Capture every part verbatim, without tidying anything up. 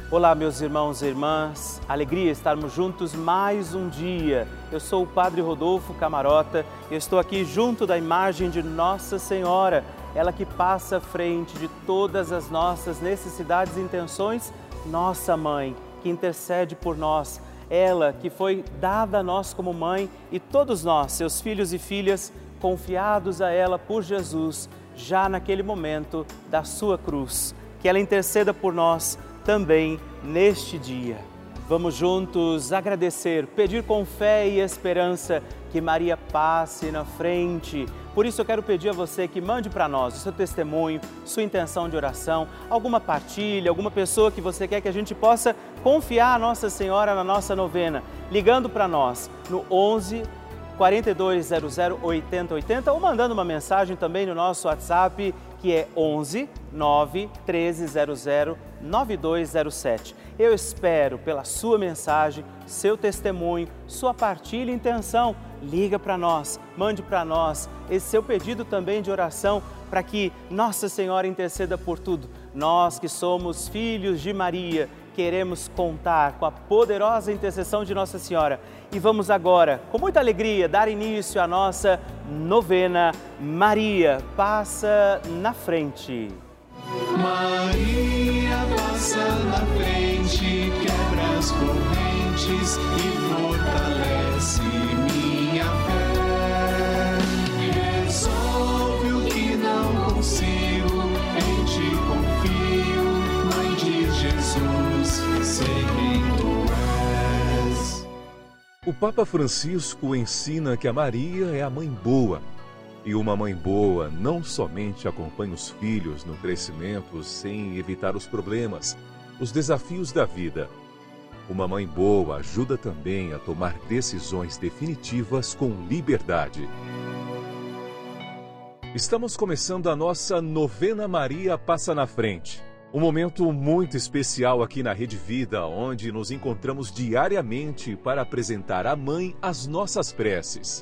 Olá, meus irmãos e irmãs, alegria estarmos juntos mais um dia. Eu sou o Padre Rodolfo Camarota e estou aqui junto da imagem de Nossa Senhora, ela que passa à frente de todas as nossas necessidades e intenções, nossa Mãe, que intercede por nós, ela que foi dada a nós como mãe e todos nós, seus filhos e filhas, confiados a ela por Jesus, já naquele momento da sua cruz. Que ela interceda por nós também neste dia. Vamos juntos agradecer, pedir com fé e esperança que Maria passe na frente. Por isso eu quero pedir a você que mande para nós o seu testemunho, sua intenção de oração, alguma partilha, alguma pessoa que você quer que a gente possa confiar a Nossa Senhora na nossa novena, ligando para nós no onze, quarenta e dois zero zero, oitenta oitenta ou mandando uma mensagem também no nosso WhatsApp, que é onze, nove, treze zero zero, nove dois zero sete. Eu espero pela sua mensagem, seu testemunho, sua partilha e intenção. Liga para nós, mande para nós esse seu pedido também de oração para que Nossa Senhora interceda por tudo. Nós que somos filhos de Maria, queremos contar com a poderosa intercessão de Nossa Senhora. E vamos agora, com muita alegria, dar início à nossa novena Maria Passa na Frente. Maria passa na frente, quebra as correntes e fortalece minha fé. Resolve o que não consigo, em ti confio, Mãe de Jesus, sei quem tu és. O Papa Francisco ensina que a Maria é a mãe boa. E uma mãe boa não somente acompanha os filhos no crescimento sem evitar os problemas, os desafios da vida. Uma mãe boa ajuda também a tomar decisões definitivas com liberdade. Estamos começando a nossa novena Maria Passa na Frente. Um momento muito especial aqui na Rede Vida, onde nos encontramos diariamente para apresentar à Mãe as nossas preces.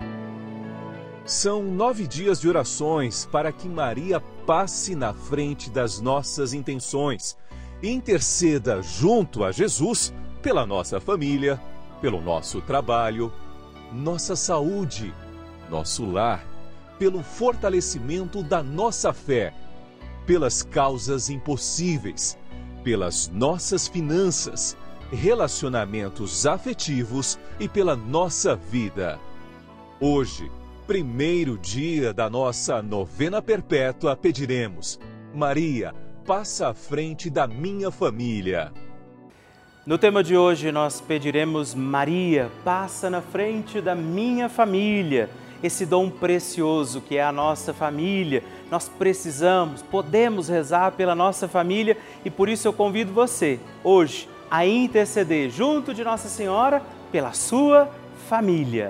São nove dias de orações para que Maria passe na frente das nossas intenções e interceda junto a Jesus pela nossa família, pelo nosso trabalho, nossa saúde, nosso lar, pelo fortalecimento da nossa fé, pelas causas impossíveis, pelas nossas finanças, relacionamentos afetivos e pela nossa vida. Hoje, primeiro dia da nossa novena perpétua, pediremos: Maria, passa à frente da minha família. No tema de hoje nós pediremos: Maria, passa na frente da minha família. Esse dom precioso que é a nossa família. Nós precisamos, podemos rezar pela nossa família e por isso eu convido você, hoje, a interceder junto de Nossa Senhora pela sua família.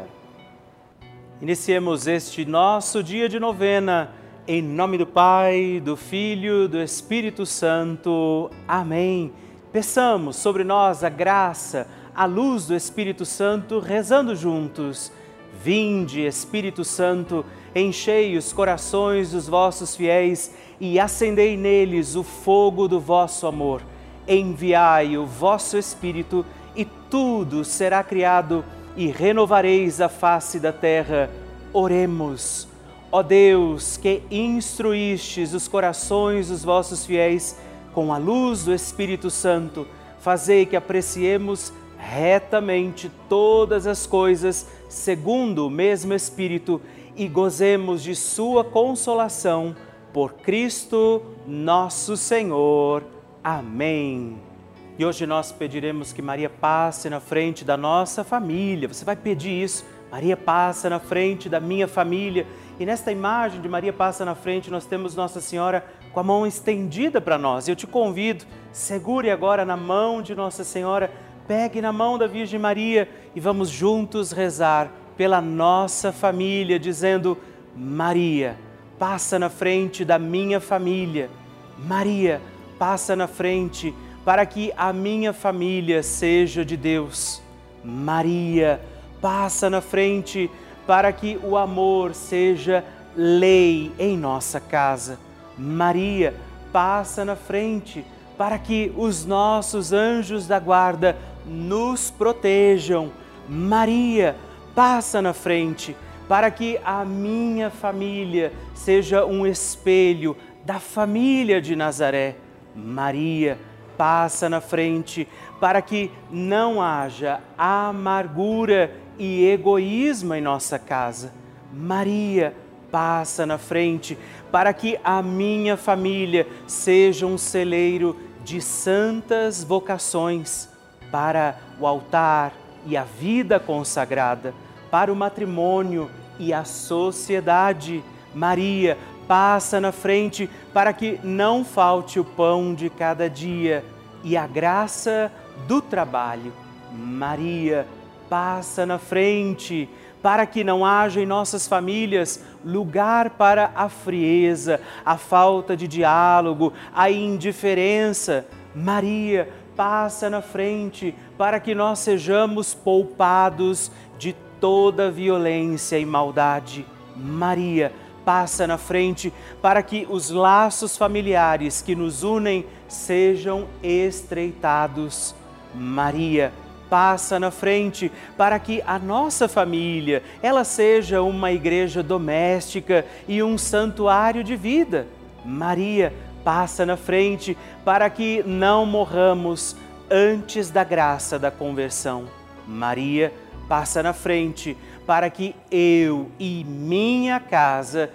Iniciemos este nosso dia de novena, em nome do Pai, do Filho, do Espírito Santo. Amém. Peçamos sobre nós a graça, a luz do Espírito Santo, rezando juntos. Vinde, Espírito Santo, enchei os corações dos vossos fiéis e acendei neles o fogo do vosso amor. Enviai o vosso Espírito e tudo será criado e renovareis a face da terra. Oremos. Ó Deus, que instruístes os corações dos vossos fiéis com a luz do Espírito Santo, fazei que apreciemos retamente todas as coisas segundo o mesmo Espírito e gozemos de sua consolação por Cristo nosso Senhor. Amém. E hoje nós pediremos que Maria passe na frente da nossa família. Você vai pedir isso. Maria passa na frente da minha família. E nesta imagem de Maria passa na frente, nós temos Nossa Senhora com a mão estendida para nós. Eu te convido, segure agora na mão de Nossa Senhora, pegue na mão da Virgem Maria e vamos juntos rezar pela nossa família, dizendo: Maria, passa na frente da minha família. Maria, passa na frente para que a minha família seja de Deus. Maria, passa na frente para que o amor seja lei em nossa casa. Maria, passa na frente para que os nossos anjos da guarda nos protejam. Maria, passa na frente, para que a minha família seja um espelho da família de Nazaré. Maria, passa na frente, para que não haja amargura e egoísmo em nossa casa. Maria, passa na frente, para que a minha família seja um celeiro de santas vocações para o altar e a vida consagrada, para o matrimônio e a sociedade. Maria, passa na frente para que não falte o pão de cada dia e a graça do trabalho. Maria, passa na frente para que não haja em nossas famílias lugar para a frieza, a falta de diálogo, a indiferença. Maria, passa na frente para que nós sejamos poupados de toda violência e maldade. Maria, passa na frente para que os laços familiares que nos unem sejam estreitados. Maria, passa na frente para que a nossa família, ela seja uma igreja doméstica e um santuário de vida. Maria, passa na frente para que não morramos antes da graça da conversão. Maria, passa na frente para que eu e minha casa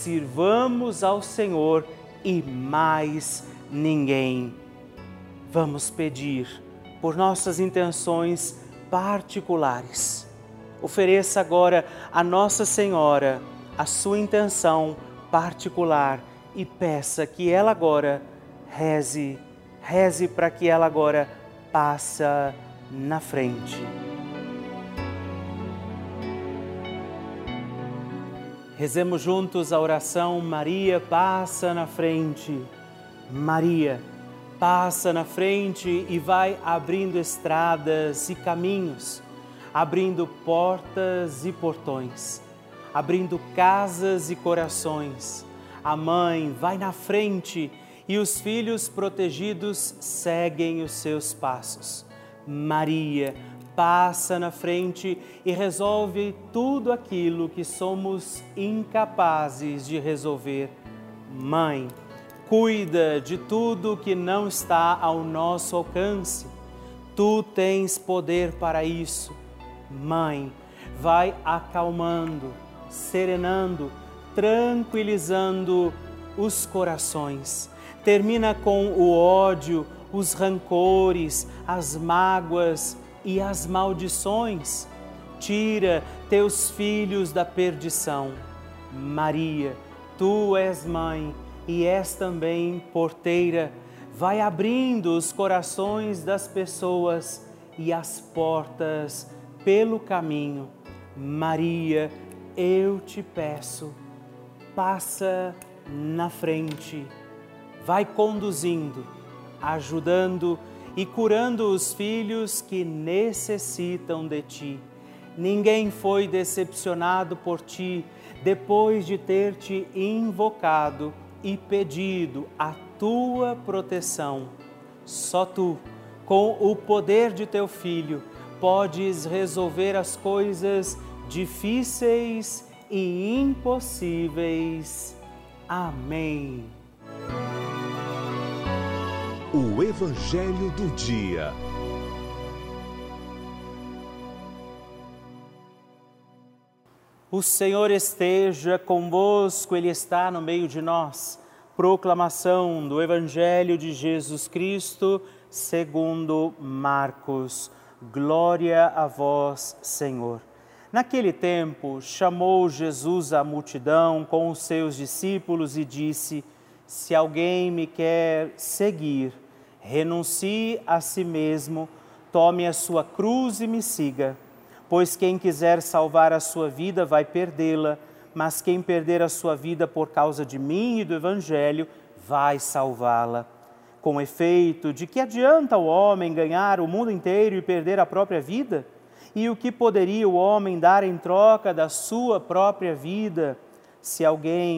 sirvamos ao Senhor e mais ninguém. Vamos pedir por nossas intenções particulares. Ofereça agora a Nossa Senhora a sua intenção particular e peça que ela agora reze, reze para que ela agora passe na frente. Rezemos juntos a oração Maria passa na frente. Maria passa na frente e vai abrindo estradas e caminhos, abrindo portas e portões, abrindo casas e corações. A mãe vai na frente e os filhos protegidos seguem os seus passos. Maria passa na frente e resolve tudo aquilo que somos incapazes de resolver. Mãe, cuida de tudo que não está ao nosso alcance. Tu tens poder para isso. Mãe, vai acalmando, serenando, tranquilizando os corações. Termina com o ódio, os rancores, as mágoas e as maldições. Tira teus filhos da perdição. Maria, tu és mãe e és também porteira. Vai abrindo os corações das pessoas e as portas pelo caminho. Maria, eu te peço, passa na frente. Vai conduzindo, ajudando e curando os filhos que necessitam de ti. Ninguém foi decepcionado por ti depois de ter te invocado e pedido a tua proteção. Só tu, com o poder de teu Filho, podes resolver as coisas difíceis e impossíveis. Amém. O Evangelho do Dia. O Senhor esteja convosco, Ele está no meio de nós. Proclamação do Evangelho de Jesus Cristo, segundo Marcos. Glória a vós, Senhor. Naquele tempo, chamou Jesus a multidão com os seus discípulos e disse: se alguém me quer seguir, renuncie a si mesmo, tome a sua cruz e me siga. Pois quem quiser salvar a sua vida vai perdê-la, mas quem perder a sua vida por causa de mim e do Evangelho vai salvá-la. Com efeito, de que adianta o homem ganhar o mundo inteiro e perder a própria vida? E o que poderia o homem dar em troca da sua própria vida? Se alguém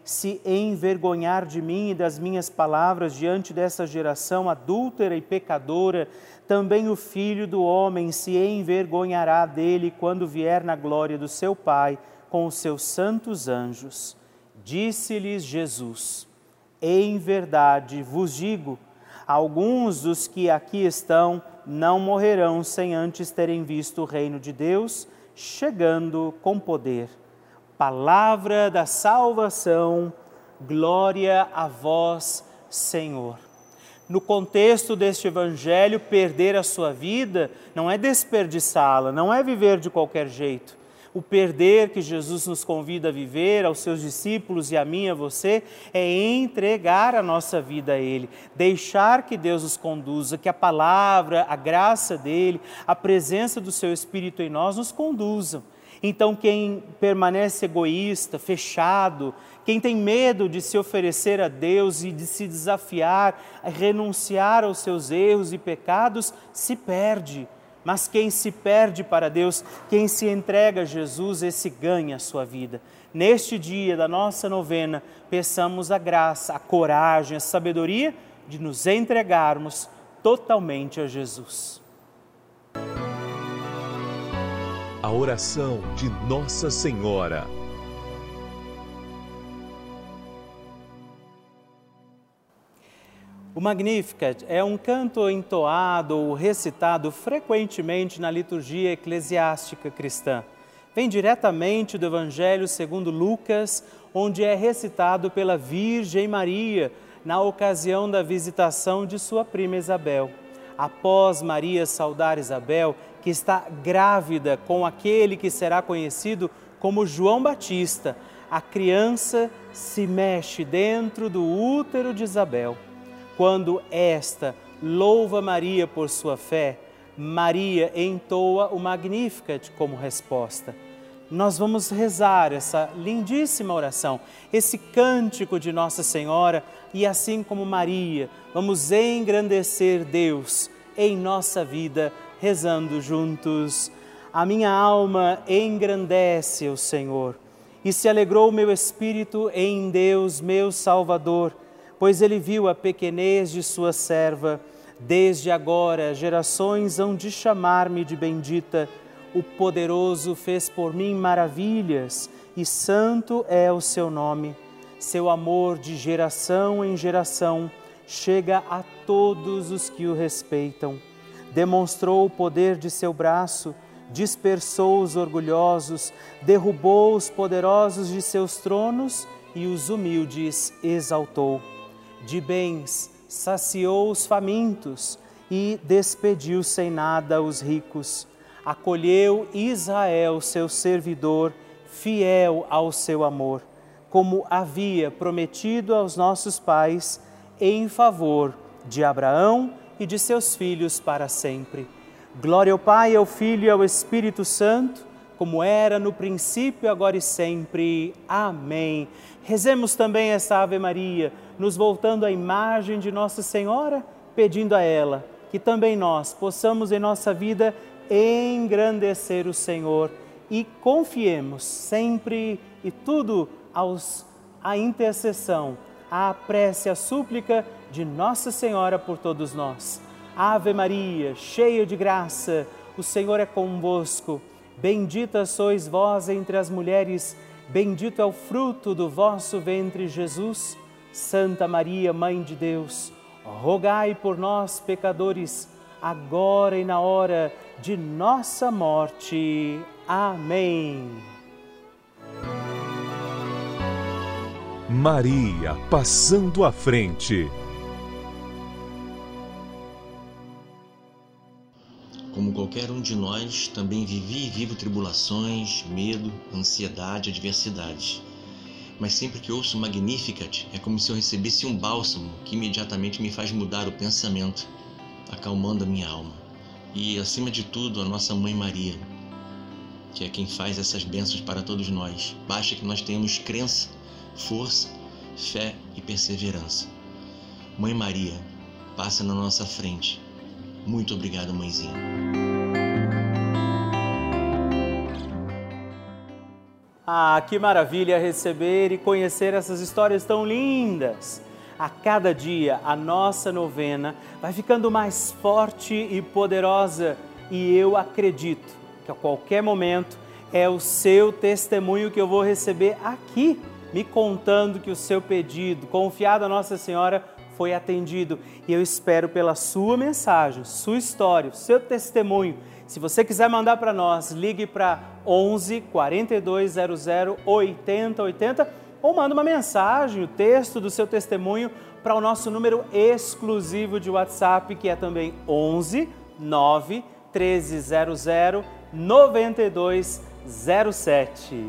se envergonhar de mim e das minhas palavras diante dessa geração adúltera e pecadora, também o Filho do Homem se envergonhará dele quando vier na glória do seu Pai com os seus santos anjos. Disse-lhes Jesus: em verdade vos digo, alguns dos que aqui estão não morrerão sem antes terem visto o reino de Deus chegando com poder. Palavra da salvação, glória a vós, Senhor. No contexto deste evangelho, perder a sua vida não é desperdiçá-la, não é viver de qualquer jeito. O perder que Jesus nos convida a viver, aos seus discípulos e a mim e a você, é entregar a nossa vida a Ele, deixar que Deus nos conduza, que a palavra, a graça dEle, a presença do Seu Espírito em nós nos conduzam. Então, quem permanece egoísta, fechado, quem tem medo de se oferecer a Deus e de se desafiar, a renunciar aos seus erros e pecados, se perde. Mas quem se perde para Deus, quem se entrega a Jesus, esse ganha a sua vida. Neste dia da nossa novena, peçamos a graça, a coragem, a sabedoria de nos entregarmos totalmente a Jesus. A oração de Nossa Senhora. O Magnificat é um canto entoado ou recitado frequentemente na liturgia eclesiástica cristã. Vem diretamente do Evangelho segundo Lucas, onde é recitado pela Virgem Maria na ocasião da visitação de sua prima Isabel. Após Maria saudar Isabel, que está grávida com aquele que será conhecido como João Batista, a criança se mexe dentro do útero de Isabel. Quando esta louva Maria por sua fé, Maria entoa o Magnificat como resposta. Nós vamos rezar essa lindíssima oração, esse cântico de Nossa Senhora, e assim como Maria, vamos engrandecer Deus em nossa vida, rezando juntos. A minha alma engrandece o Senhor, e se alegrou o meu espírito em Deus, meu Salvador, pois Ele viu a pequenez de sua serva. Desde agora gerações hão de chamar-me de bendita. O poderoso fez por mim maravilhas, e santo é o seu nome. Seu amor de geração em geração chega a todos os que o respeitam. Demonstrou o poder de seu braço, dispersou os orgulhosos, derrubou os poderosos de seus tronos e os humildes exaltou. De bens saciou os famintos e despediu sem nada os ricos. Acolheu Israel, seu servidor, fiel ao seu amor, como havia prometido aos nossos pais, em favor de Abraão e de seus filhos para sempre. Glória ao Pai, ao Filho e ao Espírito Santo, como era no princípio, agora e sempre. Amém. Rezemos também essa Ave Maria, nos voltando à imagem de Nossa Senhora, pedindo a ela que também nós possamos em nossa vida engrandecer o Senhor e confiemos sempre e tudo aos, à intercessão, à prece, à súplica de Nossa Senhora por todos nós. Ave Maria, cheia de graça, o Senhor é convosco. Bendita sois vós entre as mulheres, bendito é o fruto do vosso ventre, Jesus. Santa Maria, Mãe de Deus, rogai por nós, pecadores, agora e na hora de nossa morte. Amém. Maria passando à frente. Como qualquer um de nós, também vivi e vivo tribulações, medo, ansiedade, adversidade. Mas sempre que ouço o Magnificat, é como se eu recebesse um bálsamo que imediatamente me faz mudar o pensamento, acalmando a minha alma. E, acima de tudo, a nossa Mãe Maria, que é quem faz essas bênçãos para todos nós. Basta que nós tenhamos crença, força, fé e perseverança. Mãe Maria, passa na nossa frente. Muito obrigado, mãezinha. Ah, que maravilha receber e conhecer essas histórias tão lindas! A cada dia a nossa novena vai ficando mais forte e poderosa e eu acredito que a qualquer momento é o seu testemunho que eu vou receber aqui, me contando que o seu pedido, confiado a Nossa Senhora, foi atendido. E eu espero pela sua mensagem, sua história, o seu testemunho. Se você quiser mandar para nós, ligue para onze, quarenta e dois zero zero, oitenta oitenta ou manda uma mensagem, o texto do seu testemunho para o nosso número exclusivo de WhatsApp, que é também onze, nove, treze zero zero, noventa e dois zero sete.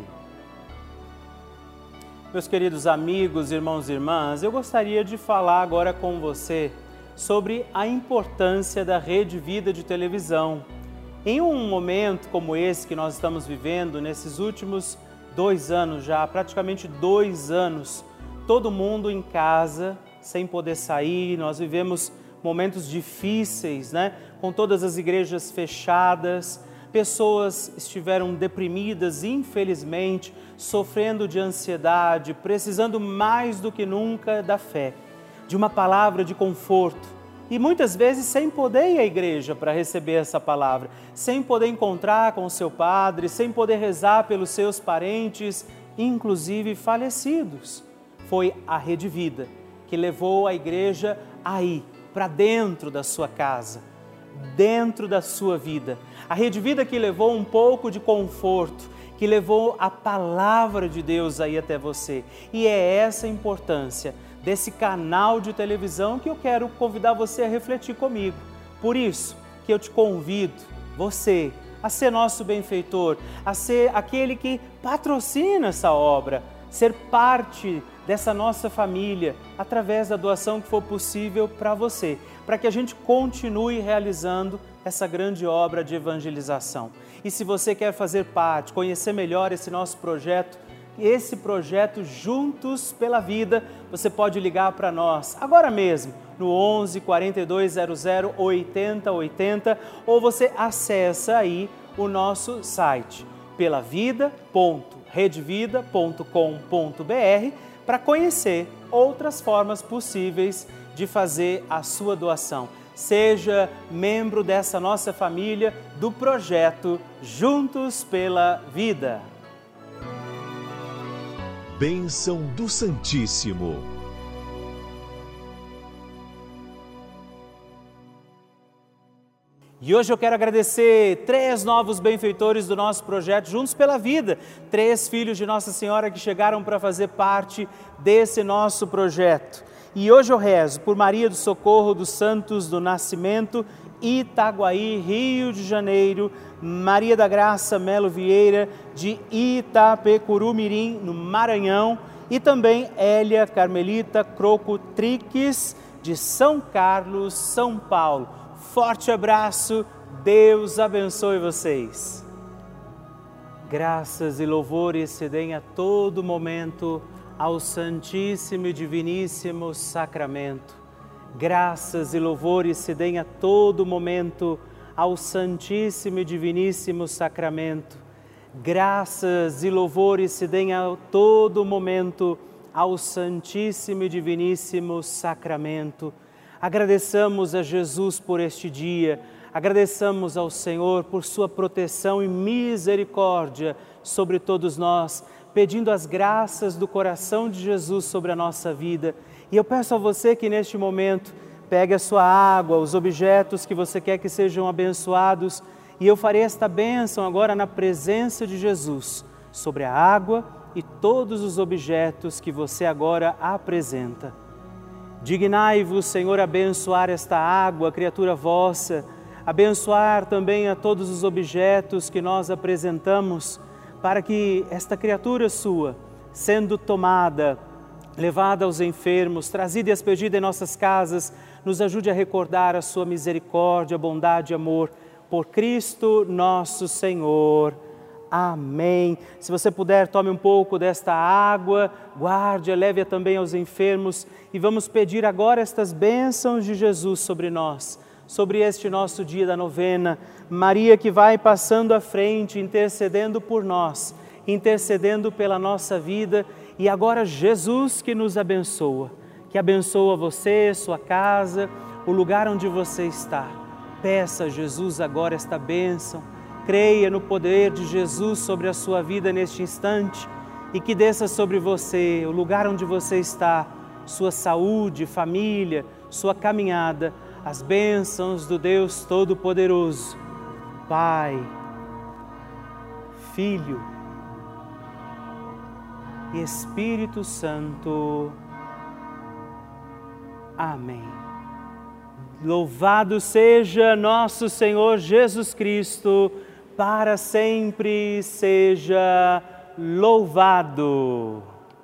Meus queridos amigos, irmãos e irmãs, eu gostaria de falar agora com você sobre a importância da Rede Vida de televisão. Em um momento como esse que nós estamos vivendo, nesses últimos dois anos já, praticamente dois anos, todo mundo em casa, sem poder sair, nós vivemos momentos difíceis, né? Com todas as igrejas fechadas, pessoas estiveram deprimidas, infelizmente, sofrendo de ansiedade, precisando mais do que nunca da fé, de uma palavra de conforto. E muitas vezes sem poder ir à igreja para receber essa palavra, sem poder encontrar com o seu padre, sem poder rezar pelos seus parentes, inclusive falecidos. Foi a Rede Vida que levou a igreja aí, para dentro da sua casa, dentro da sua vida. A Rede Vida que levou um pouco de conforto, que levou a palavra de Deus aí até você. E é essa a importância desse canal de televisão que eu quero convidar você a refletir comigo. Por isso que eu te convido, você, a ser nosso benfeitor, a ser aquele que patrocina essa obra, ser parte dessa nossa família, através da doação que for possível para você, para que a gente continue realizando essa grande obra de evangelização. E se você quer fazer parte, conhecer melhor esse nosso projeto, esse projeto Juntos pela Vida, você pode ligar para nós agora mesmo no onze, quarenta e dois zero zero, oitenta oitenta ou você acessa aí o nosso site pelavida ponto redevida ponto com ponto br para conhecer outras formas possíveis de fazer a sua doação. Seja membro dessa nossa família do projeto Juntos pela Vida. Bênção do Santíssimo. E hoje eu quero agradecer três novos benfeitores do nosso projeto Juntos pela Vida, três filhos de Nossa Senhora que chegaram para fazer parte desse nosso projeto. E hoje eu rezo por Maria do Socorro dos Santos do Nascimento, Itaguaí, Rio de Janeiro, Maria da Graça Melo Vieira, de Itapecurumirim, no Maranhão, e também Hélia Carmelita Crocotriques, de São Carlos, São Paulo. Forte abraço, Deus abençoe vocês. Graças e louvores se deem a todo momento ao Santíssimo e Diviníssimo Sacramento. Graças e louvores se deem a todo momento ao Santíssimo e Diviníssimo Sacramento. Graças e louvores se deem a todo momento ao Santíssimo e Diviníssimo Sacramento. Agradeçamos a Jesus por este dia, agradeçamos ao Senhor por sua proteção e misericórdia sobre todos nós, pedindo as graças do coração de Jesus sobre a nossa vida. E eu peço a você que neste momento pegue a sua água, os objetos que você quer que sejam abençoados, e eu farei esta bênção agora na presença de Jesus, sobre a água e todos os objetos que você agora apresenta. Dignai-vos, Senhor, abençoar esta água, criatura vossa, abençoar também a todos os objetos que nós apresentamos, para que esta criatura sua, sendo tomada, levada aos enfermos, trazida e expedida em nossas casas, nos ajude a recordar a sua misericórdia, bondade e amor, por Cristo nosso Senhor. Amém. Se você puder, tome um pouco desta água, guarde, leve-a também aos enfermos e vamos pedir agora estas bênçãos de Jesus sobre nós, sobre este nosso dia da novena. Maria que vai passando à frente, intercedendo por nós, intercedendo pela nossa vida. E agora Jesus que nos abençoa, que abençoa você, sua casa, o lugar onde você está. Peça a Jesus agora esta bênção, creia no poder de Jesus sobre a sua vida neste instante e que desça sobre você, o lugar onde você está, sua saúde, família, sua caminhada, as bênçãos do Deus Todo-Poderoso, Pai, Filho e Espírito Santo. Amém. Louvado seja nosso Senhor Jesus Cristo, para sempre seja louvado.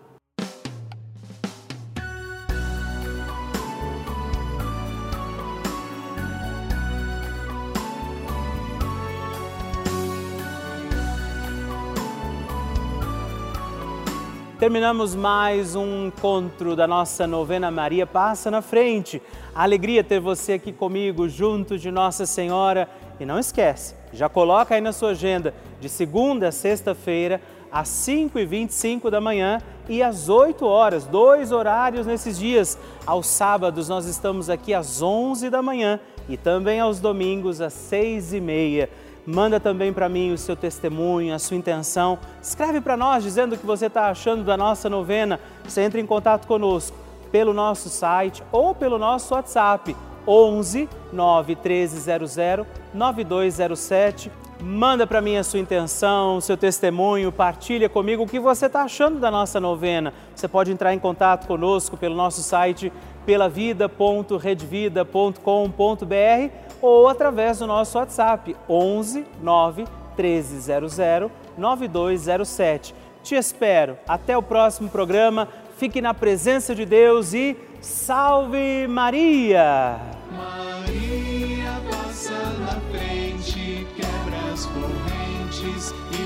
Terminamos mais um encontro da nossa novena Maria Passa na Frente. A alegria ter você aqui comigo, junto de Nossa Senhora. E não esquece, já coloca aí na sua agenda, de segunda a sexta-feira, às cinco e vinte e cinco da manhã e às oito horas, dois horários nesses dias. Aos sábados nós estamos aqui às onze da manhã e também aos domingos às seis e meia. Manda também para mim o seu testemunho, a sua intenção. Escreve para nós dizendo o que você está achando da nossa novena. Você entra em contato conosco pelo nosso site ou pelo nosso WhatsApp onze nove um três zero zero nove dois zero sete. Manda para mim a sua intenção, o seu testemunho, partilha comigo o que você está achando da nossa novena. Você pode entrar em contato conosco pelo nosso site pelavida ponto redvida ponto com ponto br ou através do nosso WhatsApp onze nove um três zero zero nove dois zero sete. Te espero. Até o próximo programa. Fique na presença de Deus e salve Maria! Maria passa na frente, quebra as correntes e